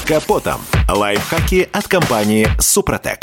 капотом. Лайфхаки от компании «Супротек».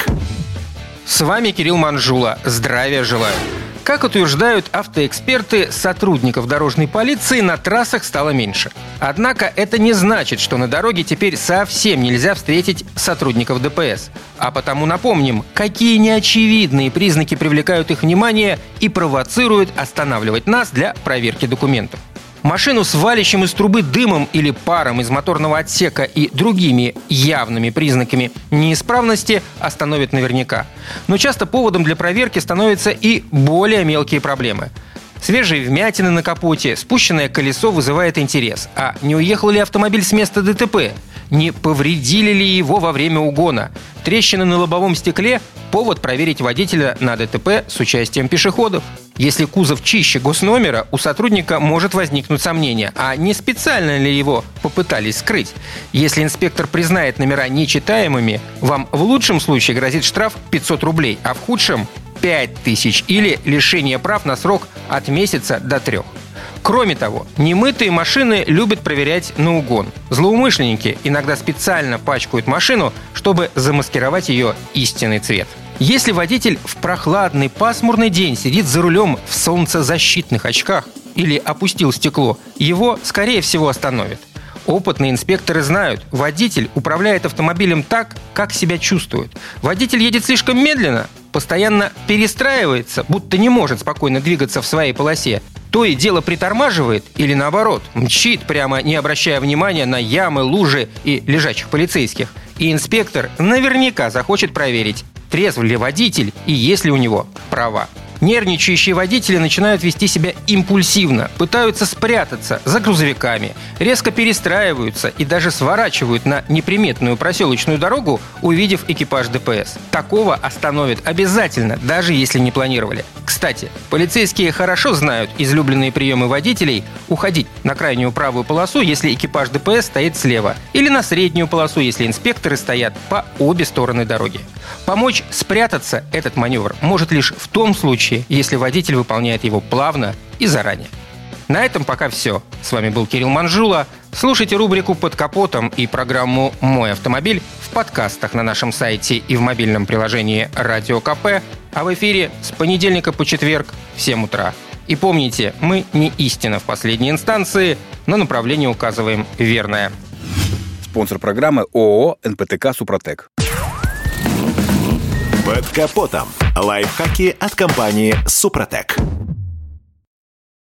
С вами Кирилл Манжула. Здравия желаю. Как утверждают автоэксперты, сотрудников дорожной полиции на трассах стало меньше. Однако это не значит, что на дороге теперь совсем нельзя встретить сотрудников ДПС. А потому напомним, какие неочевидные признаки привлекают их внимание и провоцируют останавливать нас для проверки документов. Машину с валящим из трубы дымом или паром из моторного отсека и другими явными признаками неисправности остановят наверняка. Но часто поводом для проверки становятся и более мелкие проблемы. Свежие вмятины на капоте, спущенное колесо вызывает интерес. А не уехал ли автомобиль с места ДТП? Не повредили ли его во время угона? Трещины на лобовом стекле – повод проверить водителя на ДТП с участием пешеходов. Если кузов чище госномера, у сотрудника может возникнуть сомнение, а не специально ли его попытались скрыть. Если инспектор признает номера нечитаемыми, вам в лучшем случае грозит штраф 500 рублей, а в худшем – 5000 или лишение прав на срок от месяца до 3. Кроме того, немытые машины любят проверять на угон. Злоумышленники иногда специально пачкают машину, чтобы замаскировать ее истинный цвет. Если водитель в прохладный пасмурный день сидит за рулем в солнцезащитных очках или опустил стекло, его, скорее всего, остановят. Опытные инспекторы знают, водитель управляет автомобилем так, как себя чувствует. Водитель едет слишком медленно, постоянно перестраивается, будто не может спокойно двигаться в своей полосе. То и дело притормаживает или, наоборот, мчит, прямо не обращая внимания на ямы, лужи и лежачих полицейских. И инспектор наверняка захочет проверить, трезв ли водитель и есть ли у него права. Нервничающие водители начинают вести себя импульсивно, пытаются спрятаться за грузовиками, резко перестраиваются и даже сворачивают на неприметную проселочную дорогу, увидев экипаж ДПС. Такого остановят обязательно, даже если не планировали. Кстати, полицейские хорошо знают излюбленные приемы водителей уходить на крайнюю правую полосу, если экипаж ДПС стоит слева, или на среднюю полосу, если инспекторы стоят по обе стороны дороги. Помочь спрятаться этот маневр может лишь в том случае, если водитель выполняет его плавно и заранее. На этом пока все. С вами был Кирилл Манжула. Слушайте рубрику «Под капотом» и программу «Мой автомобиль» в подкастах на нашем сайте и в мобильном приложении «Радио КП», а в эфире с понедельника по четверг в 7 утра. И помните, мы не истина в последней инстанции, но направление указываем верное. Спонсор программы ООО «НПТК Супротек». Под капотом. Лайфхаки от компании «Супротек».